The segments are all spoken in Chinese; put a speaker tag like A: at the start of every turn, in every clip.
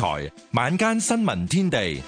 A: 台晚間新聞天地。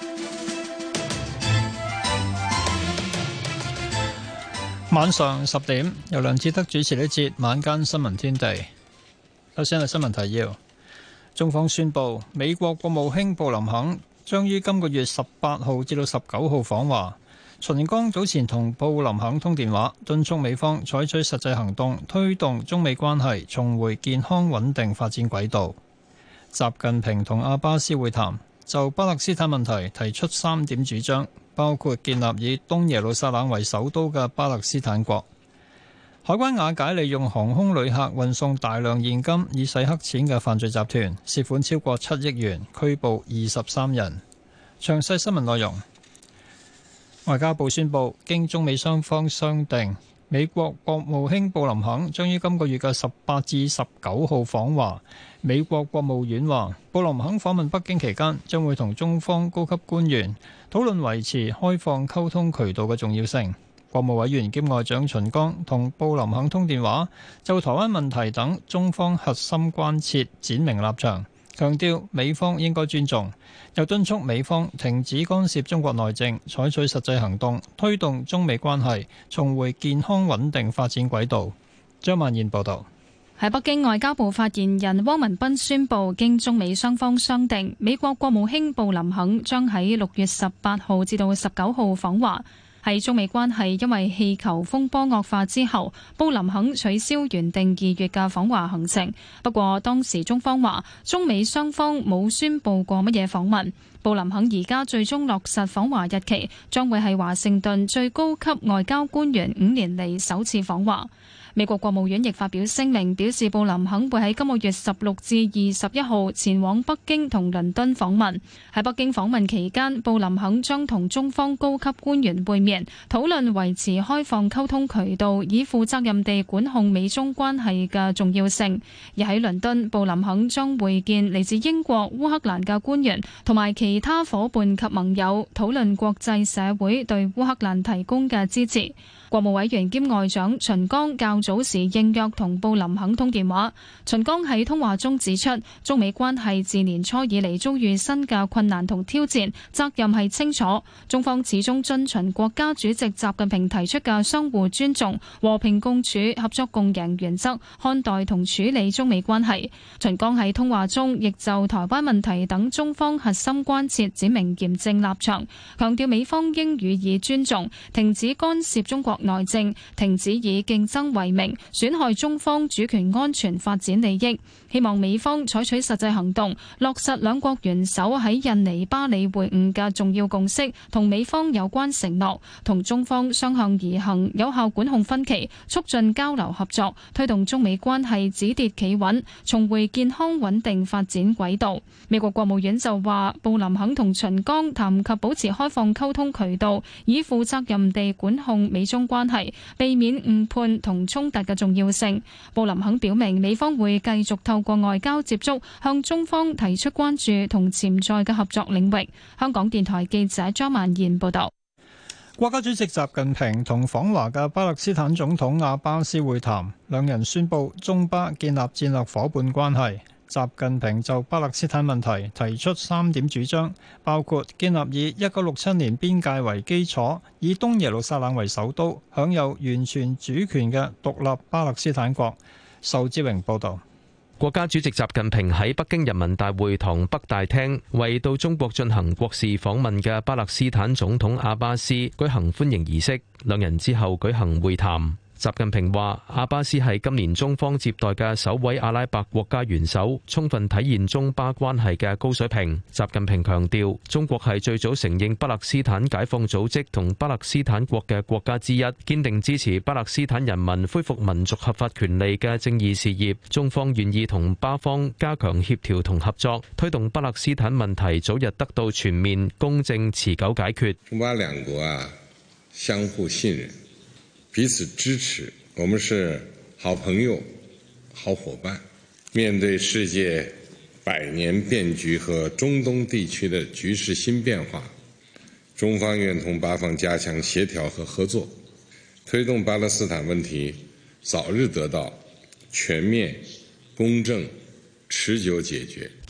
B: 晚上10點，由梁志德主持呢節晚間新聞天地。首先係新聞提要：中方宣布，美國國務卿布林肯將於今個月18號至到19號訪華。秦剛早前同布林肯通電話，敦促美方採取實際行動，推動中美關係重回健康穩定發展軌道。習近平同阿巴斯會談，就巴勒斯坦問題提出3點主張，包括建立以東耶路撒冷為首都嘅巴勒斯坦國。海關瓦解利用航空旅客運送大量現金以洗黑錢嘅犯罪集團，涉款超過7億元，拘捕23人。詳細新聞內容。外交部宣布，經中美雙方商定，美國國務卿布林肯將於今個月嘅18至19號訪華。美國國務院話，布林肯訪問北京期間，將會同中方高級官員討論維持開放溝通渠道嘅重要性。國務委員兼外長秦剛同布林肯通電話，就台灣問題等中方核心關切闡明立場，強調美方應該尊重，又敦促美方停止干涉中國內政，採取實際行動，推動中美關係重回健康穩定發展軌道。張曼燕報導。
C: 喺北京，外交部發言人汪文斌宣布，經中美雙方商定，美國國務卿布林肯將喺6月18號至到19號訪華。喺中美關係因為氣球風波惡化之後，布林肯取消原定2月嘅訪華行程。不過當時中方話，中美雙方冇宣布過乜嘢訪問。布林肯而家最終落實訪華日期，將會係華盛頓最高級外交官員5年嚟首次訪華。美國國務院亦發表聲明，表示布林肯會喺今個月16至21號前往北京同倫敦訪問。喺北京訪問期間，布林肯將同中方高級官員會面，討論維持開放溝通渠道，以負責任地管控美中關係嘅重要性。而喺倫敦，布林肯將會見嚟自英國、烏克蘭嘅官員同埋其他夥伴及盟友，討論國際社會對烏克蘭提供嘅支持。國務委員兼外長秦剛較早時應約同布林肯通電話。秦剛喺通話中指出，中美關係自年初以嚟遭遇新嘅困難同挑戰，責任係清楚。中方始終遵循國家主席習近平提出嘅相互尊重、和平共處、合作共贏原則看待同處理中美關係。秦剛喺通話中亦就台灣問題等中方核心關切闡明嚴正立場，強調美方應予以尊重，停止干涉中國內政，停止以競爭為名損害中方主權安全發展利益。希望美方採取實際行動，落實兩國元首喺印尼巴里會晤嘅重要共識同美方有關承諾，同中方相向而行，有效管控分歧，促進交流合作，推動中美關係止跌企穩，重回健康穩定發展軌道。美國國務院就話，布林肯同秦剛談及保持開放溝通渠道，以負責任地管控美中關係，避免誤判同衝突嘅重要性。布林肯表明，美方會繼續透過外交接觸，向中方提出關注同潛在嘅合作領域。香港電台記者張曼燕報道。
B: 國家主席習近平同訪華嘅巴勒斯坦總統阿巴斯會談，兩人宣布中巴建立戰略夥伴關係。習近平就巴勒斯坦問題提出3點主張，包括建立以1967年邊界為基礎，以東耶路撒冷為首都，享有完全主權嘅獨立巴勒斯坦國。仇志榮報導。
D: 國家主席習近平喺北京人民大會堂北大廳為到中國進行國事訪問嘅巴勒斯坦總統阿巴斯舉行歡迎儀式，兩人之後舉行會談。習近平話：阿巴斯係今年中方接待嘅首位阿拉伯國家元首，充分體現中巴關係嘅高水平。習近平強調，中國係最早承認巴勒斯坦解放組織同巴勒斯坦國嘅國家之一，堅定支持巴勒斯坦人民恢復民族合法權利嘅正義事業。中方願意同巴方加強協調同合作，推動巴勒斯坦問題早日得到全面、公正、持久解決。
E: 中巴兩國相互信任，彼此支持，我們是好朋友、好夥伴。面對世界百年變局和中東地區的局勢新變化，中方願同巴方加強協調和合作，推動巴勒斯坦問題早日得到全面、公正、持久解決。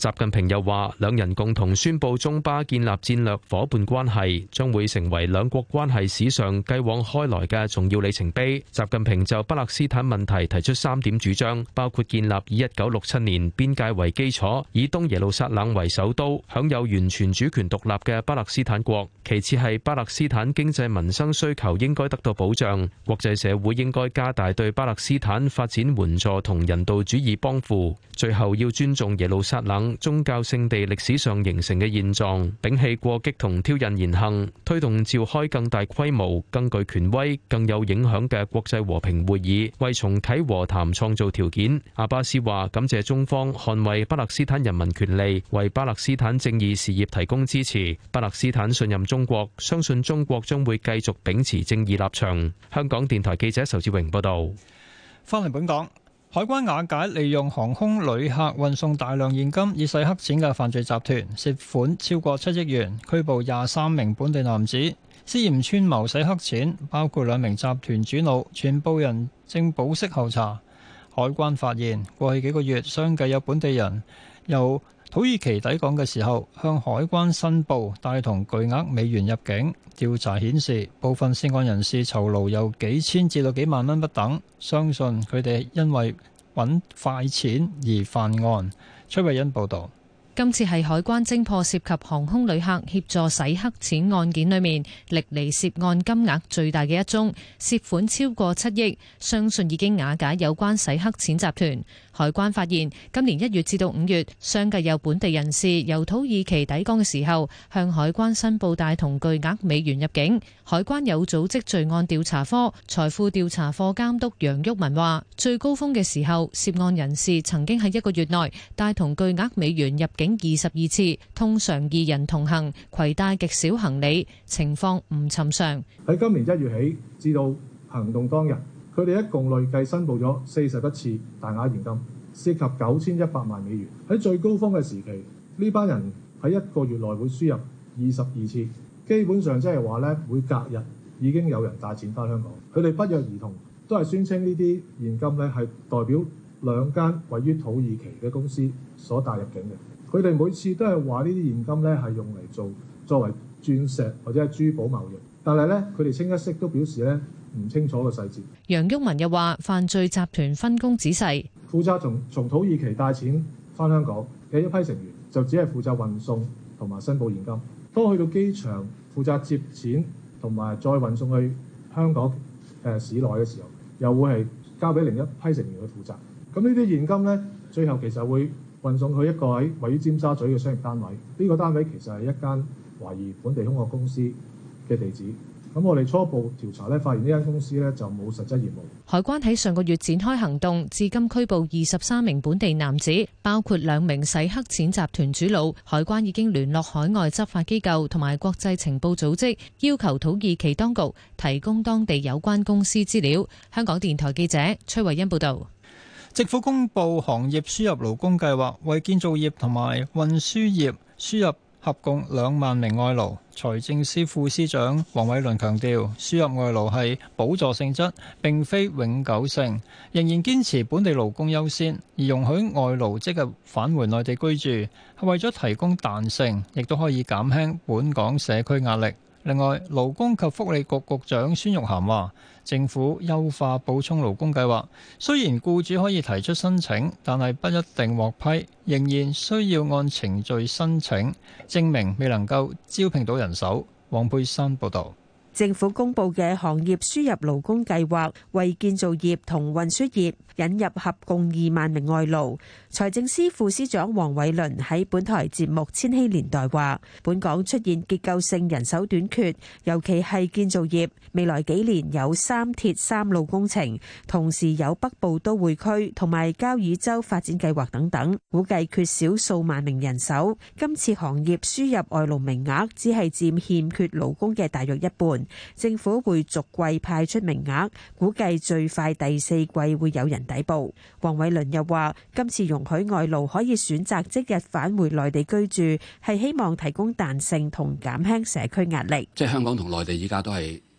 D: 習近平又話，兩人共同宣布中巴建立戰略夥伴關係，將會成為兩國關係史上繼往開來嘅重要里程碑。習近平就巴勒斯坦問題提出3點主張，包括建立以1967年邊界為基礎、以東耶路撒冷為首都、享有完全主權獨立嘅巴勒斯坦國；其次係巴勒斯坦經濟民生需求應該得到保障，國際社會應該加大對巴勒斯坦發展援助同人道主義幫扶。最後要尊重耶路撒冷宗教聖地歷史上形成嘅現狀，摒棄過激同挑釁言行，推動召開更大規模、更具權威、更有影響嘅國際和平會議，為重啟和談創造條件。阿巴斯話感謝中方捍衛巴勒斯坦人民權利，為巴勒斯坦正義事業提供支持。巴勒斯坦信任中國，相信中國將會繼續秉持正義立場。香港電台記者仇志榮報道。
B: 翻嚟本港。海關瓦解利用航空旅客運送大量現金以洗黑錢嘅犯罪集團，涉款超過7億元，拘捕23名本地男子，涉嫌串謀洗黑錢，包括2名集團主腦，全部人正保釋候查。海關發現，過去幾個月相繼有本地人由土耳其抵港嘅時候，向海關申報帶同巨額美元入境。調查顯示，部分涉案人士酬勞由幾千至到幾萬蚊不等，相信佢哋因為揾快錢而犯案。崔慧欣報導。
F: 今次係海關偵破涉及航空旅客協助洗黑錢案件裏面歷嚟涉案金額最大嘅一宗，涉款超過7億，相信已經瓦解有關洗黑錢集團。海關發現，今年1月至到5月，相繼有本地人士由土耳其抵港嘅時候，向海關申報帶同巨額美元入境。海關有組織罪案調查科財富調查課監督楊旭文話，最高峰嘅時候，涉案人士曾經喺1個月內帶同巨額美元入境22次，通常2人同行，攜帶極少行李，情況唔尋常。
G: 喺今年1月起至到行動當日，佢哋一共累計申報咗41次大額現金，涉及9100萬美元。喺最高峰嘅時期，呢班人喺1個月內會輸入22次，基本上即係話咧，每隔日已經有人帶錢返香港。佢哋不約而同都係宣稱呢啲現金咧係代表2間位於土耳其嘅公司所帶入境嘅。佢哋每次都係話呢啲現金咧係用嚟作為鑽石或者係珠寶貿易，但係咧佢哋清一色都表示咧唔清楚個細節。楊旭文又話，犯罪集團分工仔細，負責從土耳其帶錢返香港嘅一批成員就只係負責運送同埋申報現金，當去到機場負責接錢同埋再運送去香港市內嘅時候，又會係交俾另一批成員去負責。咁呢啲現金咧，最後其實會運送去一個喺位於尖沙咀嘅商業單位，呢個單位其實係一間懷疑本地空殼公司嘅地址。咁我哋初步調查咧，發現呢間公司咧就冇實質業務。海關喺上個月展開行動，至今拘捕23名本地男子，包括2名洗黑錢集團主腦。海關已經聯絡海外執法機構同埋國際情報組織，要求土耳其當局提供當地有關公司資料。香港電台記者崔慧欣報道。
B: 政府公布行業輸入勞工計劃，為建造業同埋運輸業輸入合共2萬名外勞。財政司副司長黃偉綸強調，輸入外勞係補助性質，並非永久性，仍然堅持本地勞工優先，而容許外勞即日返回內地居住，係為咗提供彈性，亦都可以減輕本港社區壓力。另外，勞工及福利局局長孫玉菡話，政府優化補充勞工計劃，雖然僱主可以提出申請，但係不一定獲批，仍然需要按程序申請，證明未能夠招聘到人手。黃佩珊報導。
H: 政府公布嘅行業輸入勞工計劃，為建造業同運輸業引入合共2萬名外勞。財政司副司長黃偉綸喺本台節目《千禧年代》話，本港出現結構性人手短缺，尤其係建造業。未來幾年有3鐵3路工程，同時有北部都會區同埋交椅洲發展計劃等等，估計缺少數萬名人手。今次行業輸入外勞名額只係佔欠缺勞工嘅大約一半。政府會逐季派出名額，估計最快第4季會有人抵埗。黃偉綸又話，今次容許外勞可以選擇即日返回內地居住，係希望提供彈性同減輕社區壓力。
I: 即係香港同內地依家都係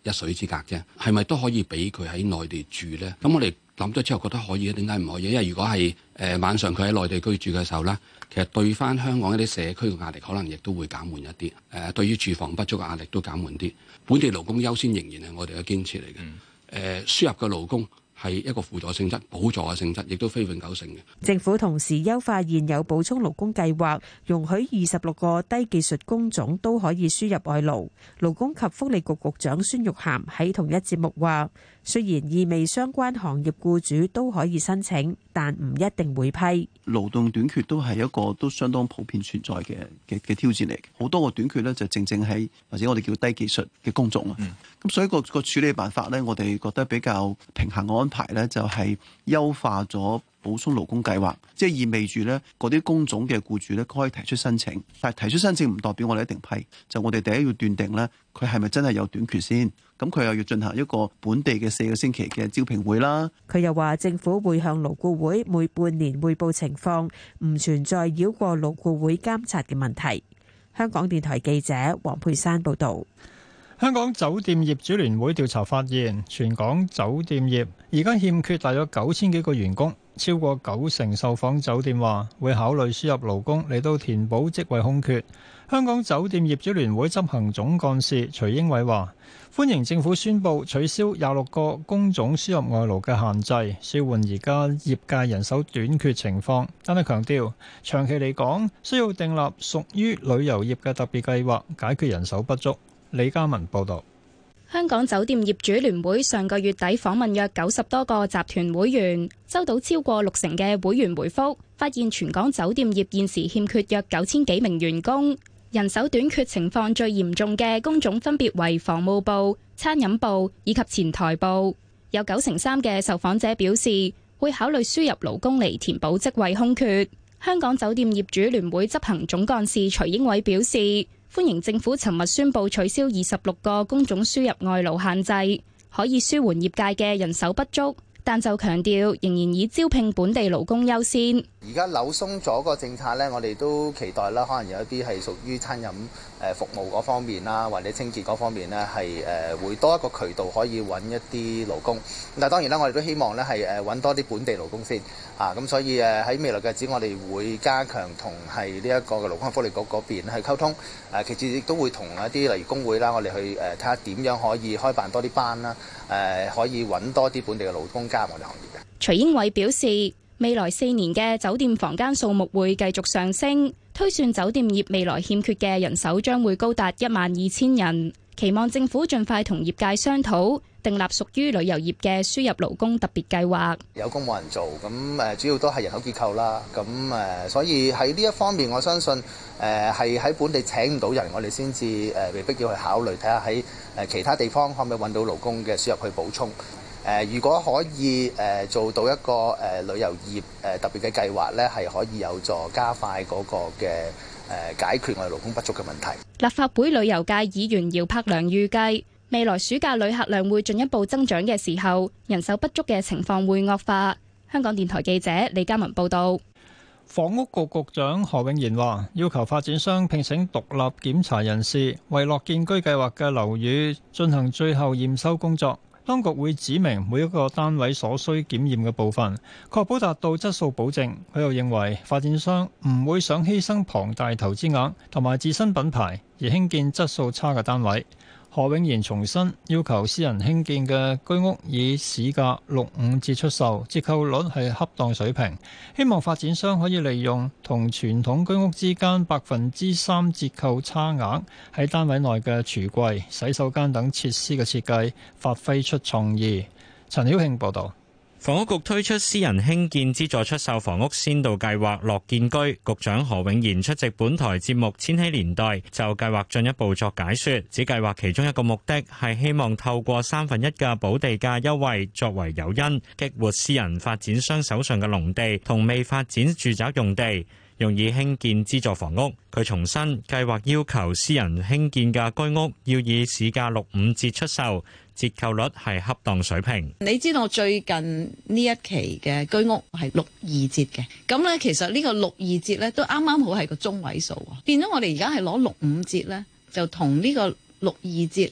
I: 一水之隔啫，係咪都可以俾佢喺內地住呢？咁我哋諗咗之後覺得可以，點解唔可以？因為如果係晚上佢喺內地居住嘅時候呢，其實對翻香港一啲社區嘅壓力可能亦都會減緩一啲。對於住房不足嘅壓力都減緩啲。本地勞工優先仍然係我哋嘅堅持嚟嘅。輸入嘅勞工係一個輔助性質、補助嘅性質，亦都非永久性嘅。
H: 政府同時優化現有補充勞工計劃，容許26個低技術工種都可以輸入外勞。勞工及福利局局長孫玉菡喺同一節目話，雖然意味相關行業僱主都可以申請，但唔一定會批。
J: 勞動短缺都係一個都相當普遍存在嘅挑戰嚟。好多個短缺呢，就正係或者我哋叫低技術嘅工種啊。咁所以個處理辦法呢，我哋覺得比較平衡嘅安排呢，就係優化咗補充勞工計劃，即係意味住呢嗰啲工種嘅僱主呢，可以提出申請，但係提出申請唔代表我哋一定批。就我哋第一要斷定呢，佢係咪真係有短缺先？咁佢又要進行一個本地嘅4個星期嘅招聘會啦。
H: 佢又話政府會向勞顧會每半年匯報情況，唔存在繞過勞顧會監察嘅問題。香港電台記者黃佩珊報導。
B: 香港酒店業主聯會調查發現，全港酒店業而家欠缺大約9000幾個員工，超過90%受訪酒店話會考慮輸入勞工嚟到填補職位空缺。香港酒店業主聯會執行總幹事徐英偉話，歡迎政府宣布取消26個工種輸入外勞嘅限制，舒緩而家業界人手短缺情況，但係強調長期嚟講需要訂立屬於旅遊業嘅特別計劃，解決人手不足。李嘉文報道。
K: 香港酒店業主聯會上個月底訪問約90多個集團會員，收到超過60%嘅會員回覆，發現全港酒店業現時欠缺約9000幾名員工，人手短缺情況最嚴重嘅工種分別為房務部、餐飲部以及前台部。有93%嘅受訪者表示會考慮輸入勞工嚟填補職位空缺。香港酒店業主聯會執行總幹事徐英偉表示，歡迎政府尋日宣布取消26個工種輸入外勞限制，可以舒緩業界嘅人手不足，但就強調仍然以招聘本地勞工優先。
L: 而家扭鬆咗個政策呢，我哋都期待啦，可能有一啲係屬於餐飲服務嗰方面啦，或者清潔嗰方面呢，係會多一個渠道可以揾一啲勞工。但係當然啦，我哋都希望呢係揾多啲本地勞工先啊。咁所以喺未來嘅日子，我哋會加強同係呢一個嘅勞工及福利局嗰邊去溝通。其次亦都會同一啲例如工會啦，我哋去睇下點樣可以開辦多啲班啦，可以揾多啲本地嘅勞工加入我哋行業嘅。
K: 徐英偉表示，未來4年嘅酒店房間數目會繼續上升，推算酒店業未來欠缺嘅人手將會高達12000人，期望政府盡快同業界商討，訂立屬於旅遊業嘅輸入勞工特別計劃。
L: 有工冇人做，咁主要都係人口結構啦。咁所以喺呢一方面，我相信係喺本地請唔到人，我哋先至被逼要去考慮，睇下喺其他地方可唔可以揾到勞工嘅輸入去補充。如果可以做到一個旅遊業特別嘅計劃呢，係可以有助加快嗰個嘅解決我哋勞工不足嘅問題。
K: 立法會旅遊界議員姚柏良預計，未來暑假旅客量會進一步增長嘅時候，人手不足嘅情況會惡化。香港電台記者李嘉文報道。
B: 房屋局局長何永賢話，要求發展商聘請獨立檢查人士，為樂建居計劃嘅樓宇進行最後驗收工作。當局會指明每一個單位所需檢驗嘅部分，確保達到質素保證。佢又認為發展商唔會想犧牲龐大投資額同埋自身品牌，而興建質素差嘅單位。何永賢重申，要求私人興建嘅居屋以市價65折出售，折扣率係恰當水平。希望發展商可以利用同傳統居屋之間3%折扣差額，喺單位內嘅櫥櫃、洗手間等設施嘅設計發揮出創意。陳曉慶報導。
M: 房屋局推出私人興建資助出售房屋先導計劃樂建居，局長何永賢出席本台節目《千禧年代》，就計劃進一步作解說，指計劃其中一個目的係希望透過1/3嘅補地價優惠作為誘因，激活私人發展商手上嘅農地同未發展住宅用地，用以興建資助房屋。佢重申，計劃要求私人興建嘅居屋要以市價65折出售，折扣率係恰當水平。
N: 你知道最近呢一期嘅居屋係62折嘅，咁咧其實呢個62折咧都啱啱好係個中位數，變咗我哋而家係攞65折咧，就同呢個62折咧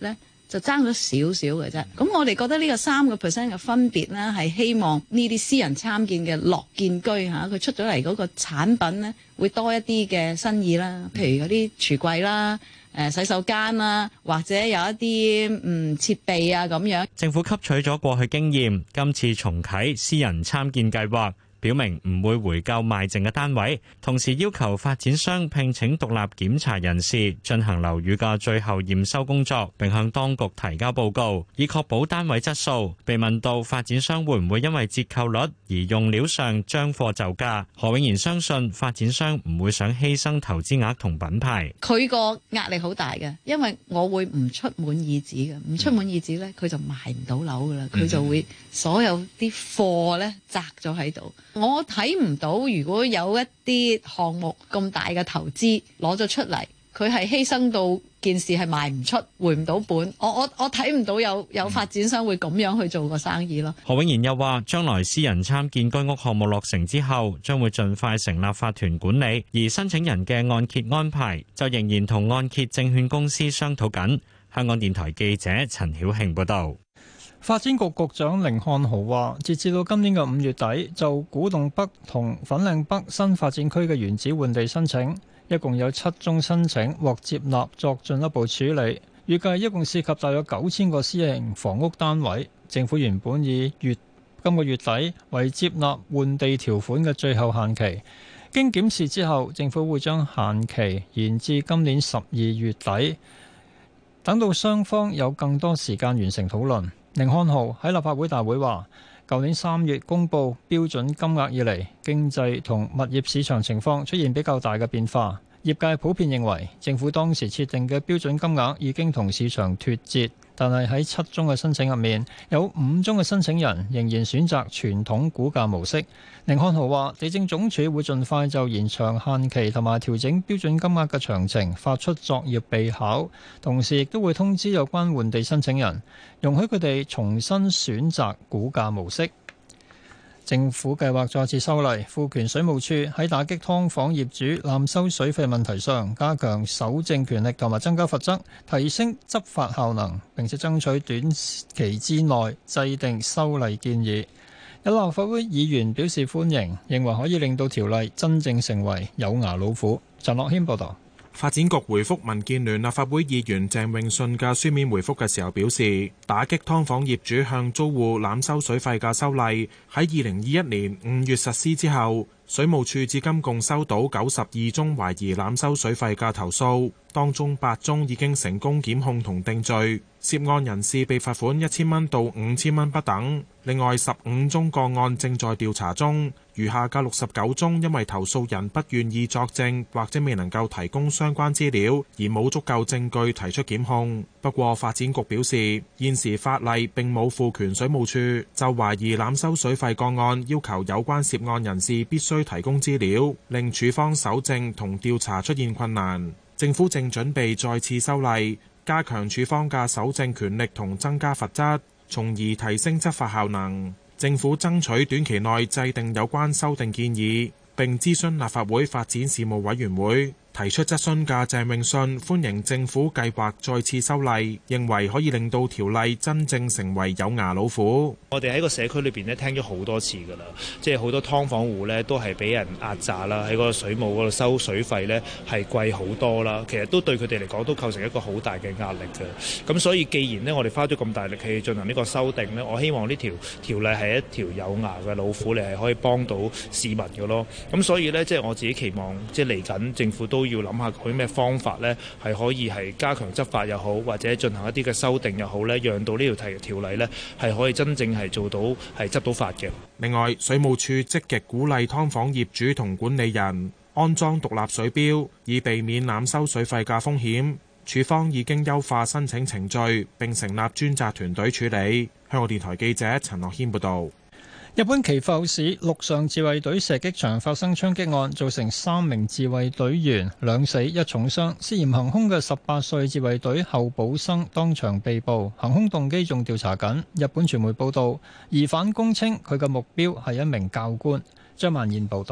N: 就爭咗少少嘅啫。咁我哋覺得呢個3% 嘅分別呢，係希望呢啲私人參建嘅樂建居嚇，佢出咗嚟嗰個產品呢，會多一啲嘅新意啦，譬如嗰啲櫥櫃啦、洗手間啦，或者有一啲設備啊咁樣。
M: 政府吸取咗過去經驗，今次重啟私人參建計劃，表明唔會回購賣剩嘅單位，同時要求發展商聘請獨立檢查人士進行樓宇嘅最後驗收工作，並向當局提交報告，以確保單位質素。被問到發展商會唔會因為折扣率而用料上將貨就價，何永賢相信發展商唔會想犧牲投資額同品牌。
N: 佢個壓力好大嘅，因為我會唔出滿意紙嘅，唔出滿意紙呢，佢就賣唔到樓噶啦，佢就會所有啲貨呢擲咗喺度。我睇唔到，如果有一啲項目咁大嘅投資攞咗出嚟，佢係犧牲到件事係賣唔出，回唔到本。我睇唔到有發展商會咁樣去做個生意咯。
M: 何永賢又話，將來私人參建居屋項目落成之後，將會盡快成立法團管理，而申請人嘅按揭安排就仍然同按揭證券公司商討緊。香港電台記者陳曉慶報道。
B: 發展局局長甯漢豪話，截至到今年嘅5月底，就古洞北同粉嶺北新發展區嘅原址換地申請，一共有7宗申請獲接納作進一步處理，預計一共涉及大約9000個私營房屋單位。政府原本以今個月底為接納換地條款嘅最後限期，經檢視之後，政府會將限期延至今年12月底，等到雙方有更多時間完成討論。甯漢豪喺立法會大會話，舊年3月公布標準金額以嚟，經濟同物業市場情況出現比較大嘅變化。業界普遍認為，政府當時設定嘅標準金額已經同市場脫節，但係喺7宗嘅申請入面，有5宗嘅申請人仍然選擇傳統估價模式。甯漢豪話，地政總署會盡快就延長限期同埋調整標準金額嘅詳情發出作業備考，同時亦都會通知有關換地申請人，容許佢哋重新選擇估價模式。政府計劃再次修例，賦權水務署喺打擊劏房業主濫收水費問題上加強搜證權力同埋增加罰則，提升執法效能，並且爭取短期之內制定修例建議。有立法會議員表示歡迎，認為可以令到條例真正成為有牙老虎。陳樂軒報導。
O: 發展局回覆民建聯立法會議員鄭泳舜嘅書面回覆嘅時候表示，打擊劏房業主向租戶濫收水費嘅修例喺2021年5月實施之後，水務署至今共收到92宗懷疑濫收水費嘅投訴，當中8宗已經成功檢控同定罪，涉案人士被罰款1000蚊到5000蚊不等。另外15宗個案正在調查中，餘下嘅69宗因為投訴人不願意作證或者未能夠提供相關資料，而冇足夠證據提出檢控。不過發展局表示，現時法例並冇賦權水務署就懷疑濫收水費個案要求有關涉案人士必須提供資料，令署方搜證同調查出現困難。政府正準備再次修例，加強署方嘅搜證權力同增加罰則，從而提升執法效能。政府爭取短期內制定有關修訂建議，並諮詢立法會發展事務委員會。提出質詢嘅鄭泳舜歡迎政府計劃再次修例，認為可以令到條例真正成為有牙老虎。
P: 我哋喺個社區裏邊咧聽咗好多次㗎啦，即係好多劏房戶咧都係俾人壓榨啦，喺個水務嗰度收水費咧係貴好多啦，其實都對佢哋嚟講都構成一個好大嘅壓力嘅。咁所以既然呢，我哋花咗咁大力氣進行呢個修訂呢，我希望呢條例係一條有牙嘅老虎，你係可以幫到市民嘅咯。咁所以呢，即係我自己期望，即係嚟緊政府都要諗下佢咩方法呢，係可以係加強執法又好，或者進行一啲嘅修訂又好呢，讓到呢條例呢係可以真正係做到係執到法嘅。
O: 另外，水務署積極鼓勵劏房業主同管理人安裝獨立水錶，以避免濫收水費嘅風險。署方已經優化申請程序，並成立專責團隊處理。香港電台記者陳樂軒報導。
B: 日本岐阜市陸上自衛隊射擊場發生槍擊案，造成3名自衛隊員2死1重傷，涉嫌行兇嘅18歲自衛隊候補生當場被捕，行兇動機仲調查緊。日本傳媒報道，疑犯供稱佢嘅目標係一名教官。張曼燕報導。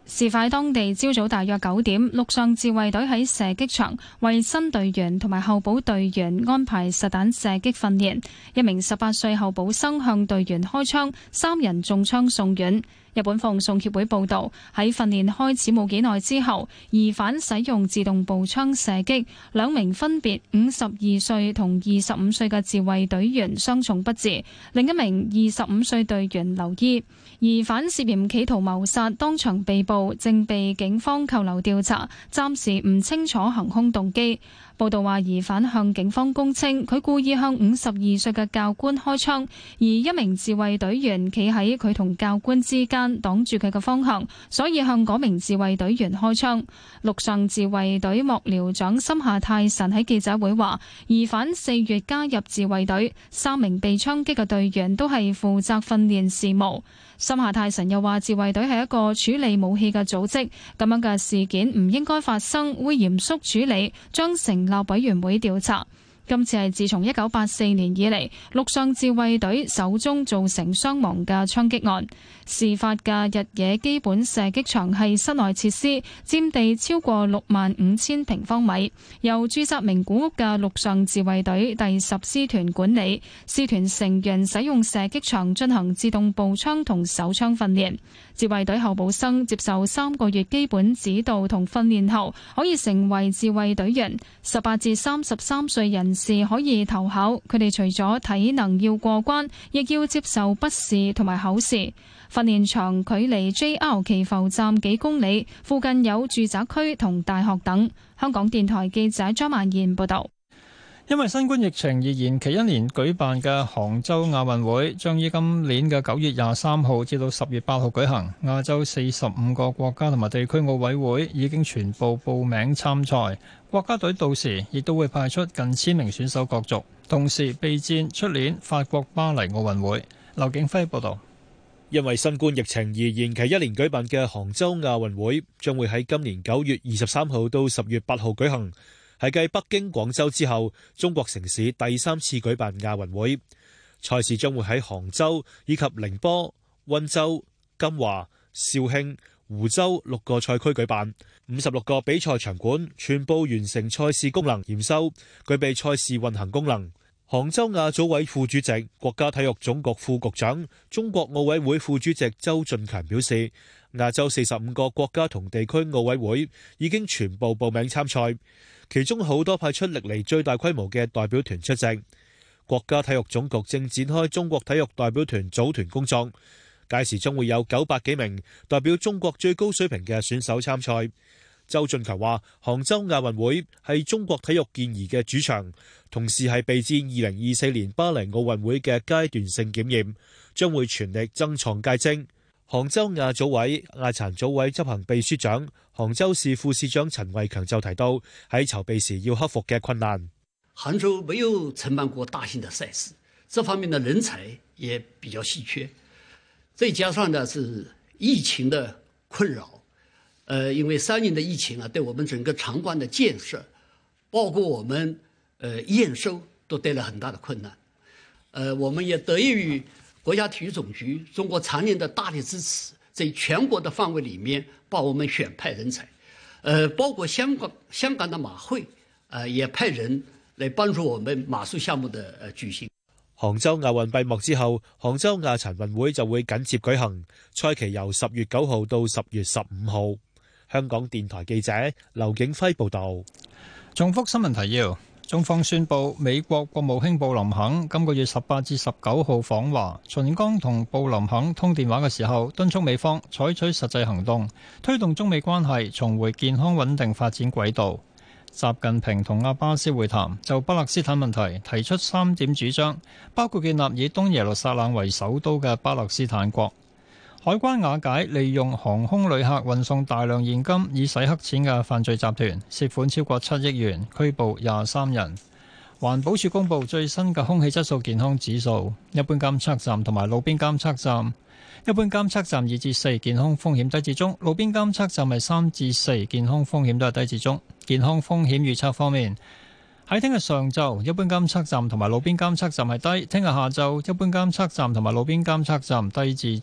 C: 事發當地朝早大約9點，陸上自衛隊喺射擊場為新隊員同埋候補隊員安排實彈射擊訓練。一名18歲候補生向隊員開槍，3人中槍送院。日本放送協會報導，喺訓練開始冇幾耐之後，疑犯使用自動步槍射擊2名分別52歲同25歲嘅自衛隊員，傷重不治，另一名25歲隊員留醫。疑犯涉嫌企圖謀殺，當場被捕，正被警方扣留調查，暫時唔清楚行兇動機。報道話，疑犯向警方供稱，佢故意向52歲嘅教官開槍，而一名自衛隊員企喺佢同教官之間，擋住佢嘅方向，所以向嗰名自衛隊員開槍。陸上自衛隊幕僚長森下泰臣喺記者會話，疑犯4月加入自衛隊，3名被槍擊嘅隊員都係負責訓練事務。森下泰臣又話，自衛隊係一個處理武器嘅組織，咁樣嘅事件唔應該發生，會嚴肅處理，將成立委員會調查。今次係自從1984年以嚟，陸上自衛隊首宗造成傷亡嘅槍擊案。事發嘅日野基本射擊場係室內設施，佔地超過65,000平方米，由駐紮名古屋嘅陸上自衛隊第10師團管理。師團成員使用射擊場進行自動步槍同手槍訓練。自衛隊候補生接受3個月基本指導同訓練後，可以成為自衛隊員。18至33歲人士可以投考，佢哋除咗體能要過關，亦要接受筆試同埋考試。訓練場距離 JR 祈浮站幾公里，附近有住宅區同大學等。香港電台記者張曼燕報道。
B: 因為新冠疫情而延期1年舉辦嘅杭州亞運會，將於今年嘅9月23號至到10月8號舉行。亞洲45個國家同埋地區奧委會已經全部報名參賽，國家隊到時亦都會派出近1000名選手角逐，同時備戰出年法國巴黎奧運會。劉景輝報道。
Q: 因為新冠疫情而延期1年舉辦嘅杭州亞運會，將會喺今年9月23號到10月8號舉行。係繼北京、廣州之後，中國城市第3次舉辦亞運會。賽事將會喺杭州以及寧波、溫州、金華、肇慶、湖州6個賽區舉辦。56個比賽場館全部完成賽事功能驗收，具備賽事運行功能。杭州亞組委副主席、國家體育總局副局長、中國奧委會副主席周進強表示，亞洲45個國家同地區奧委會已經全部報名參賽，其中好多派出歷嚟最大規模嘅代表團出席。國家體育總局正展開中國體育代表團組團工作，屆時將會有900幾名代表中國最高水平嘅選手參賽。周進強話，杭州亞運會係中國體育健兒嘅主場，同時係備戰2024年巴黎奧運會嘅階段性檢驗，將會全力爭創佳績。杭州亞組委、亞殘組委執行秘書長、杭州市副市長陳偉強就提到，喺籌備時要克服嘅困難。
R: 杭州沒有承辦過大型的賽事，這方面的人才也比較稀缺，再加上呢是疫情的困擾。因為3年的疫情啊，對我們整個場館的建設，包括我們驗收都帶來很大的困難。我們也得益於國家體育總局、中國殘聯的大力支持，在全國的範圍裡面幫我們選派人才。包括香港的馬會，也派人來幫助我們馬術項目的舉行。
Q: 杭州亞運閉幕之後，杭州亞殘運會就會緊接舉行，賽期由10月9號到10月15號。香港電台記者劉景輝報道。
B: 重複新聞提要：中方宣布，美國國務卿布林肯今個月18至19號訪華。秦剛同布林肯通電話嘅時候，敦促美方採取實際行動，推動中美關係重回健康穩定發展軌道。習近平同阿巴斯會談，就巴勒斯坦問題提出3點主張，包括建立以東耶路撒冷為首都嘅巴勒斯坦國。海關瓦解利用航空旅客運送大量現金以洗黑錢嘅犯罪集團，涉款超過7億元，拘捕23人。環保署公布最新嘅空氣質素健康指數，一般監測站同埋路邊監測站，一般監測站2至4，健康風險低至中；路邊監測站係3至4，健康風險都係低至中。健康風險預測方面，喺聽日上晝，一般監測站同埋路邊監測站係低；聽日下晝，一般監測站同埋路邊監測站低至中。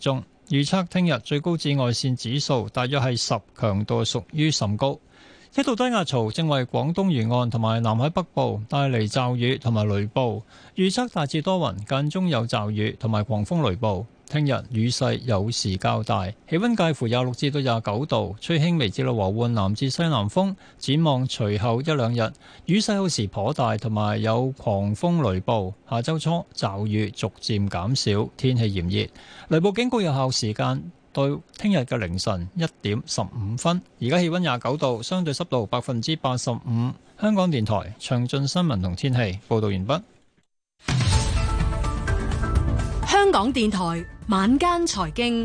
B: 預測聽日最高紫外線指數大約係10，強度屬於甚高。一道低壓槽正為廣東沿岸同埋南海北部帶嚟驟雨同埋雷暴，預測大致多雲，間中有驟雨同埋狂風雷暴。聽日雨勢有時較大，氣溫介乎26至到29度，吹輕微至到和緩南至西南風。展望隨後一兩日，雨勢有時頗大，同埋有狂風雷暴。下周初驟雨逐漸減少，天氣炎熱。雷暴警告有效時間到聽日嘅凌晨1點15分。而家氣溫29度，相對濕度85%。香港電台詳盡新聞同天氣報道完畢。
S: 香港電台晚間財經，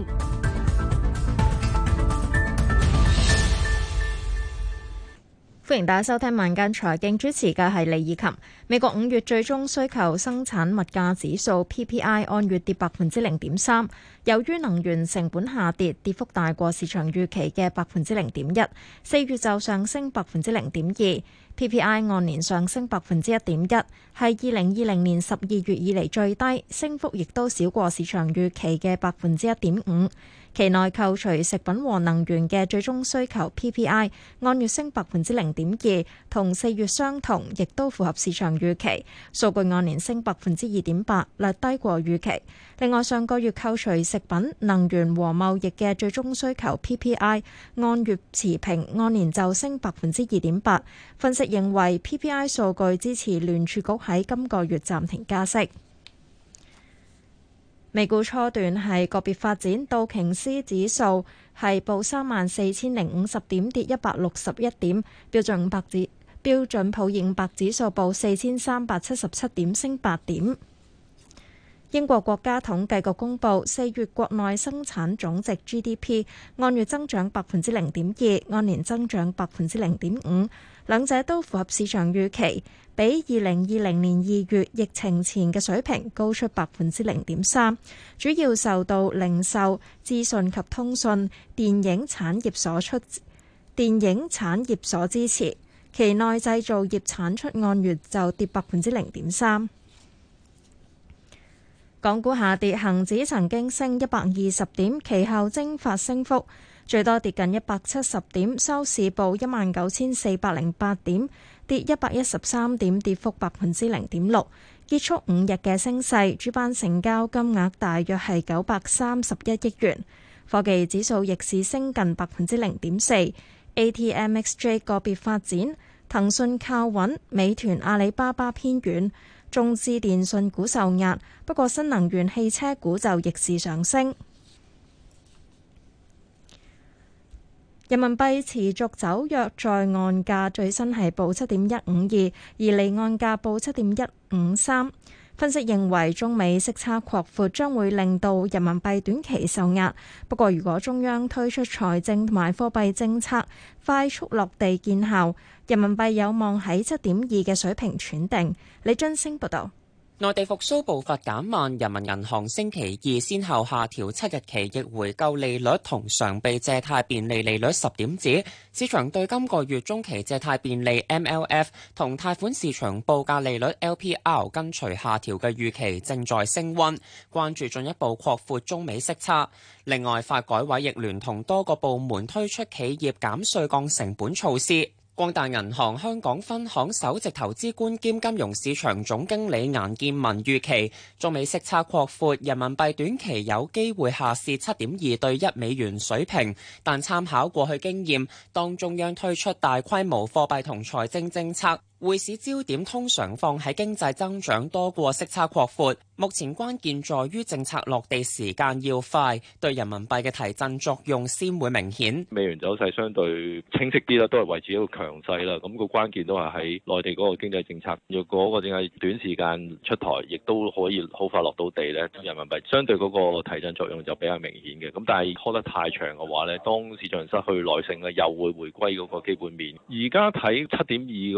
T: 歡迎大家收聽晚間財經，主持嘅係李以琴。美國5月最終需求生產物價指數 PPI 按月跌0.3%，由於能源成本下跌，跌幅大過市場預期嘅0.1%。4月就上升0.2%。PPI 按年上升1.1%，係2020年12月以嚟最低，升幅亦都少過市場預期嘅1.5%。期內扣除食品和能源嘅最終需求 PPI 按月升0.2%，同4月相同，亦都符合市場預期。數據按年升2.8%，略低過預期。另外，上個月扣除食品、能源和貿易嘅最終需求 PPI 按月持平，按年就升2.8%。分析認為 PPI 數據支持聯儲局喺今個月暫停加息。美股初段係個別發展，道瓊斯指數係報34,050點，跌161點；標準普爾500指數報4,377點，升8點。英國國家統計局公佈4月國內生產總值 GDP 按月增長0.2%，按年增長0.5%，兩者都符合市場預期，比2020年2月疫情前嘅水平高出0.3%，主要受到零售、資訊及通訊、電影產業所支持。期內製造業產出按月就跌0.3%。港股下跌，恒指曾經升120點，其後蒸發升幅，最多跌近170點，收市報19,408點，跌113點，跌幅0.6%。結束5日嘅升勢，主板成交金額大約係931億元。科技指數逆市升近0.4%。ATMXJ 個別發展，騰訊靠穩，美團、阿里巴巴偏軟。中資電信股受壓，不過新能源汽車股就逆市上升。人民幣持續走弱，在岸價最新係報7.152，而離岸價報7.153。分析認為中美息差擴闊將會令到人民幣短期受壓，不過如果中央推出財政同埋貨幣政策快速落地見效，人民幣有望喺7.2嘅水平喘定。李津升報導。
U: 內地復甦步伐減慢，人民銀行星期二先後下調7日期逆回購利率同常備借貸便利利率10點子。市場對今個月中期借貸便利 MLF 同貸款市場報價利率 LPR 跟隨下調嘅預期正在升溫，關注進一步擴闊中美息差。另外，發改委亦聯同多個部門推出企業減稅降成本措施。光大銀行香港分行首席投資官兼金融市場總經理顏建文預期，中美息差擴闊，人民幣短期有機會下試7.2對1美元水平，但參考過去經驗，當中央推出大規模貨幣同財政政策，匯市焦點通常放喺經濟增長多過息差擴闊。目前關鍵在於政策落地時間要快，對人民幣嘅提振作用先會明顯。
V: 美元走勢相對清晰啲啦，都係維持一個強勢啦。咁個關鍵都係喺內地嗰個經濟政策。若果個淨係短時間出台，亦都可以好快落到地咧，人民幣相對嗰個提振作用就比較明顯嘅。咁但係拖得太長嘅話咧，當市場失去耐性咧，又會回歸嗰個基本面。而家睇7.2個水平都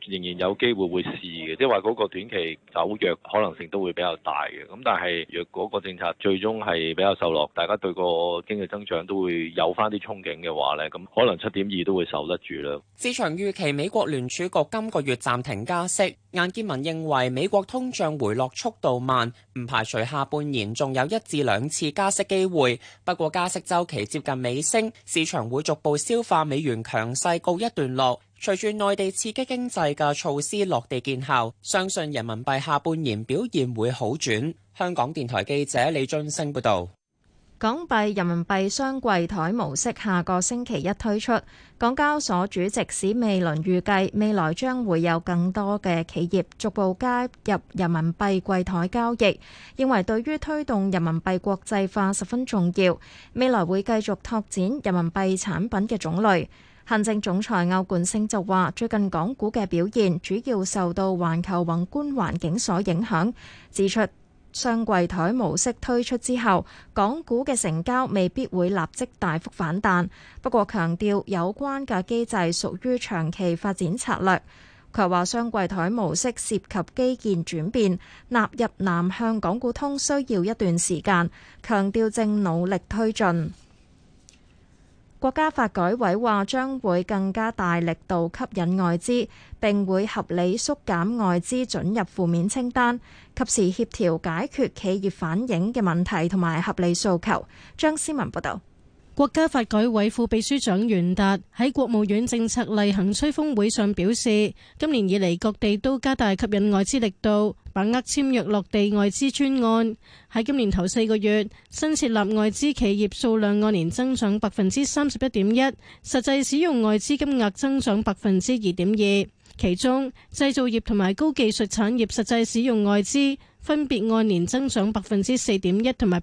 V: 仍然有機會會試嘅，即係話嗰個短期走弱可能性都會比較大嘅。咁但係若嗰個政策最終係比較受落，大家對個經濟增長都會有翻啲憧憬嘅話呢，咁可能7.2都會受得住啦。
U: 市場預期美國聯儲局今個月暫停加息。顏建文認為美國通脹回落速度慢，唔排除下半年仲有1至2次加息機會。不過加息週期接近尾聲，市場會逐步消化美元強勢告一段落。隨住內地刺激經濟嘅措施落地見效，相信人民幣下半年表現會好轉。香港電台記者李俊升報導。
T: 港幣人民幣雙櫃台模式下個星期一推出，港交所主席史美倫預計未來將會有更多嘅企業逐步加入人民幣櫃台交易，認為對於推動人民幣國際化十分重要，未來會繼續拓展人民幣產品嘅種類。行政總裁歐冠昇就話，最近港股嘅表現主要受到環球宏觀環境所影響，指出雙櫃台模式推出之後，港股嘅成交未必會立即大幅反彈。不過強調有關嘅機制屬於長期發展策略。佢話雙櫃台模式涉及基建轉變，納入南向港股通需要一段時間，強調正努力推進。國家發改委話將會更加大力度吸引外資，並會合理縮減外資准入負面清單，及時協調解決企業反映嘅問題同埋合理訴求。張思文報道。
A: 國家發改委副秘書長袁達喺國務院政策例行吹風會上表示，今年以嚟各地都加大吸引外資力度，把握簽約落地外資專案。喺今年頭4個月，新設立外資企業數量按年增長31.1%，實際使用外資金額增長2.2%。其中，製造業同埋高技術產業實際使用外資分別按年增長4.1%同埋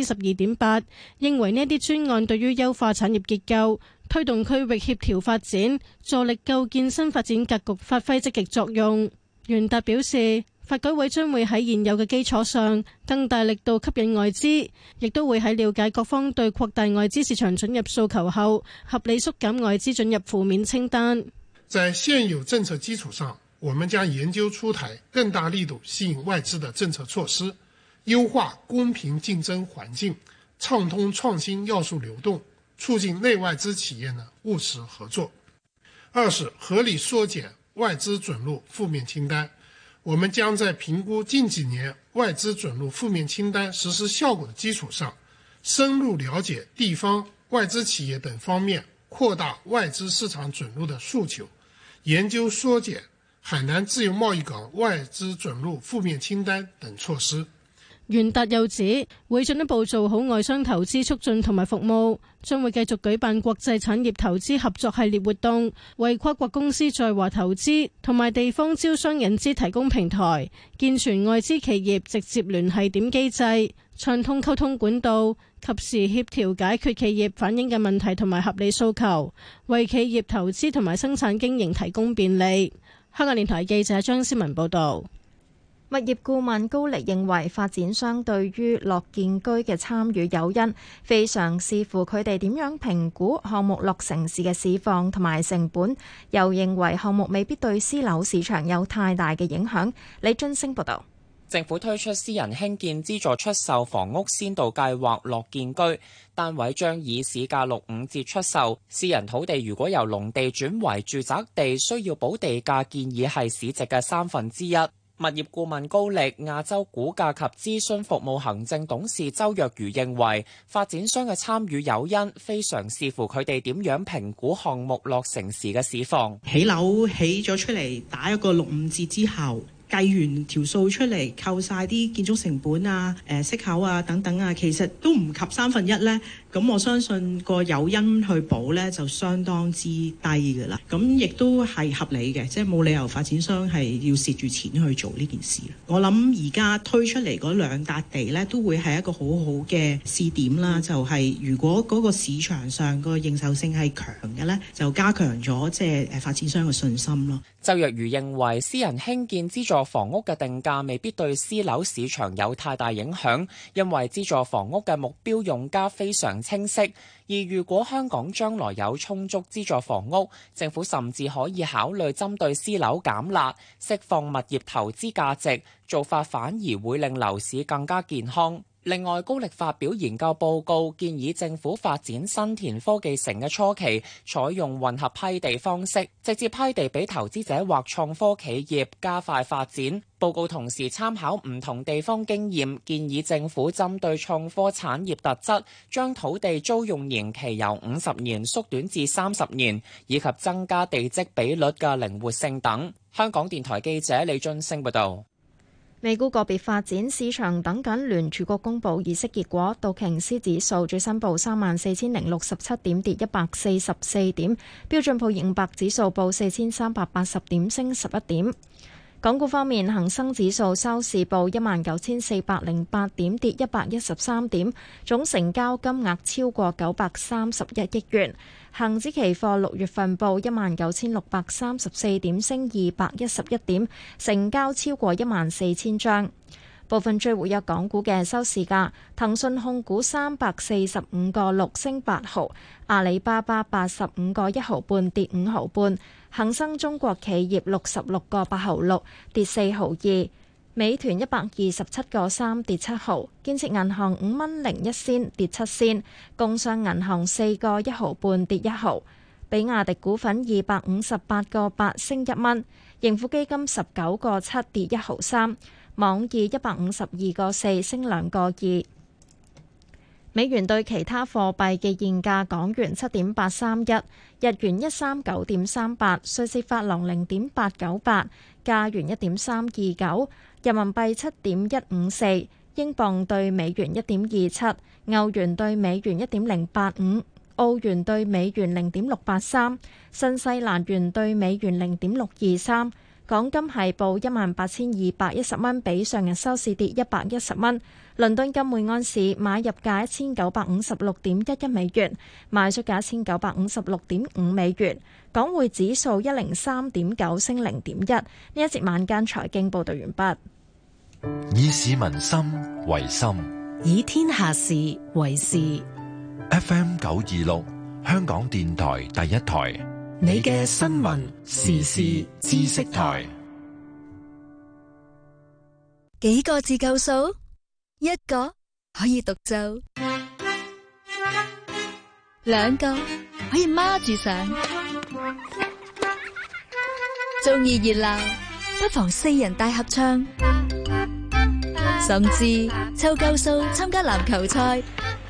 A: 12.8%，認為呢啲專案對於優化產業結構、推動區域協調發展、助力構建新發展格局發揮積極作用。袁達表示，發改委將會喺現有嘅基礎上更大力度吸引外資，亦都會喺了解各方對擴大外資市場准入訴求後，合理縮減外資准入負面清單。
E: 在現有政策基礎上，我們將研究出台更大力度吸引外資的政策措施，優化公平競爭環境，暢通創新要素流動，促進內外資企業的務實合作。2是合理縮減外資准入負面清單，我們將在評估近幾年外資准入負面清單實施效果的基礎上，深入了解地方外資企業等方面擴大外資市場准入的訴求，研究縮減海南自由貿易港外資准入負面清單等措施。
A: 袁達又指，會進一步做好外商投資促進同埋服務，將會繼續舉辦國際產業投資合作系列活動，為跨國公司在華投資同埋地方招商引資提供平台，健全外資企業直接聯繫點機制，暢通溝通管道，及時協調解決企業反映嘅問題同埋合理訴求，為企業投資同埋生產經營提供便利。香港電台記者張思文報道。
T: 物業顧問高力認為，發展商對於樂建居嘅參與誘因非常視乎佢哋點樣評估項目落成時嘅市況同埋成本，又認為項目未必對私樓市場有太大嘅影響。李津升報道。
U: 政府推出私人興建資助出售房屋先導計劃樂建居，單位將以市價65折出售。私人土地如果由農地轉為住宅地，需要補地價，建議係市值嘅1/3。物業顧問高力亞洲估價及諮詢服務行政董事周若如認為，發展商嘅參與誘因非常視乎佢哋點樣評估項目落成時嘅市況。
W: 起樓起咗出嚟，打一個65折之後，計完條數出嚟，扣晒啲建築成本啊、息口啊等等啊，其實都唔及1/3呢。咁我相信個誘因去補呢就相當之低㗎啦。咁亦都係合理嘅，即係冇理由發展商係要蝕住錢去做呢件事。我諗而家推出嚟嗰2笪地呢，都會係一個好好嘅試點啦。就係如果嗰個市場上個認受性係強嘅呢，就加強咗即係發展商嘅信心咯。
U: 周若如認為，私人興建資助房屋嘅定價未必對私樓市場有太大影響，因為資助房屋嘅目標用家非常常清晰。而如果香港將來有充足資助房屋，政府甚至可以考慮針對私樓減辣，釋放物業投資價值，做法反而會令樓市更加健康。另外，高力發表研究報告，建議政府發展新田科技城嘅初期，採用混合批地方式，直接批地俾投資者或創科企業，加快發展。報告同時參考唔同地方經驗，建議政府針對創科產業特質，將土地租用年期由50年縮短至30年，以及增加地積比率嘅靈活性等。香港電台記者李俊升報導。
T: 美股個別發展，市場等緊聯儲局公佈議息結果。道瓊斯指數最新報34,067點，跌144點；標準普爾500指數報4,380點，升11點。港股方面，恒生指數收市報19,408點，跌113點，總成交金額超過931億元。恒指期貨6月份報19,634點，升211點，成交超過14,000張。部分最活躍港股嘅收市價：騰訊控股345個6升8毫，阿里巴巴85個1毫半跌5毫半，恒生中國企業66個8毫6跌4毫2，美團127個3跌7毫，建設銀行5蚊01仙跌7仙，工商銀行4個1毫半跌1毫，比亞迪股份258個8升1蚊，盈富基金19個7跌1毫3。網易152個4升2個2。美元對其他貨幣嘅現價：港元7.831，日元139.38，瑞士法郎0.898，加元1.329，人民幣7.154，英鎊對美元1.27，歐元對美元1.085，澳元對美元0.683，新西蘭元對美元0.623。港金係報18,210蚊，比上日收市跌110蚊。倫敦金每安士買入價1956.11美元，賣出價1956.5美元。港匯指數103.9升0.1。呢一節晚間財經報道完畢。
D: 以市民心為心，
S: 以天下事為事。
D: FM 926，香港電台第一台。
S: 你嘅新聞時事知識台，
F: 幾個字夠數？一個可以獨奏，兩個可以孖住上。鍾意熱鬧，不妨4人大合唱，甚至湊夠數參加籃球賽。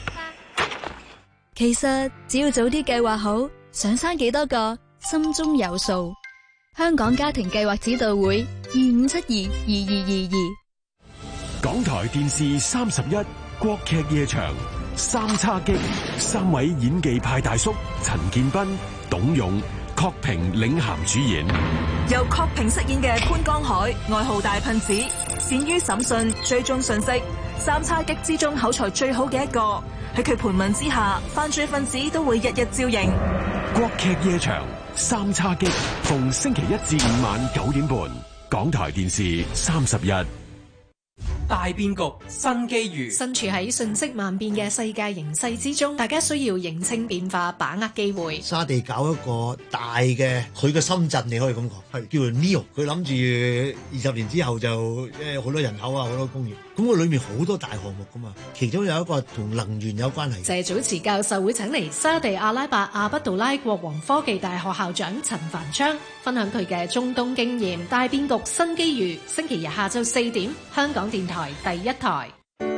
F: 其實只要早啲計劃好想生幾多個，心中有數。香港家庭計劃指導會25722222。
G: 港台電視31國劇夜場三叉戟，3位演技派大叔陳建斌、董勇、郝平領銜主演。
X: 由郝平飾演嘅潘江海，外號大噴子，善於審訊追蹤信息，三叉戟之中口才最好嘅一個。喺佢盤問之下，犯罪分子都會日日照應。
G: 國劇夜場三叉戟，逢星期1至5晚9點半，港台電視31。
Y: 大變局，新機遇。
S: 身處喺瞬息萬變嘅世界形勢之中，大家需要認清變化，把握機會。
Z: 沙地搞一個大嘅，佢嘅深圳你可以咁講，係叫做 Neo。佢諗住20年之後就好多人口啊，好多工業。咁佢裏面好多大項目噶嘛，其中有一個同能源有關係。
S: 謝祖慈教授會請嚟沙地阿拉伯阿卜杜拉國王科技大學校長陳繁昌，分享佢嘅中東經驗。大變局，新機遇。星期日下晝4點，香港電台第一台。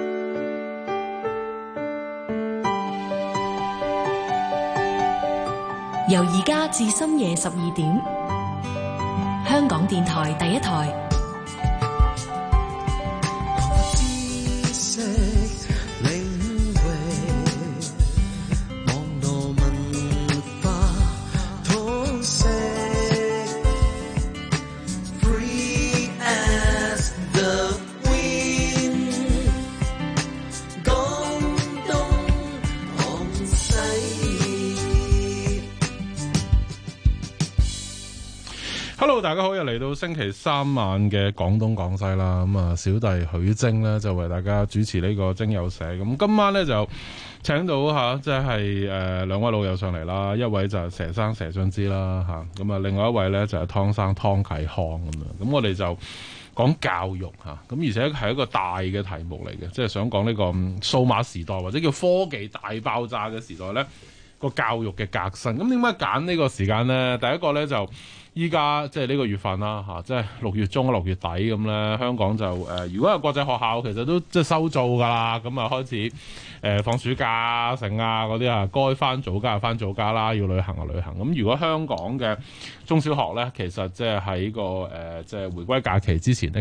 S: 由而家至深夜12點，香港電台第一台。
O: Hello，
H: 好，大家好，又嚟到星期三晚嘅廣東廣西啦。咁啊，小弟許晶呢，就為大家主持呢個精友社。咁今晚呢，就請到吓，即係兩位老友上嚟啦。一位就係佘生佘俊之啦吓，咁啊，另外一位呢，就係湯生湯啟康咁樣。咁我哋就講教育吓，咁而且係一個大嘅題目嚟嘅，即係想講呢個數碼時代或者叫科技大爆炸嘅時代呢，個教育嘅革新。咁點解揀呢個時間呢？第一個呢，就依家即係呢個月份啦嚇，即係6月中6月底咁咧，香港就如果係國際學校，其實都即係收灶㗎啦。咁啊開始放暑假剩啊嗰啲啊，該翻早假就翻早假啦，要旅行就旅行。咁如果香港嘅中小學咧，其實即係喺個即係回歸假期之前咧。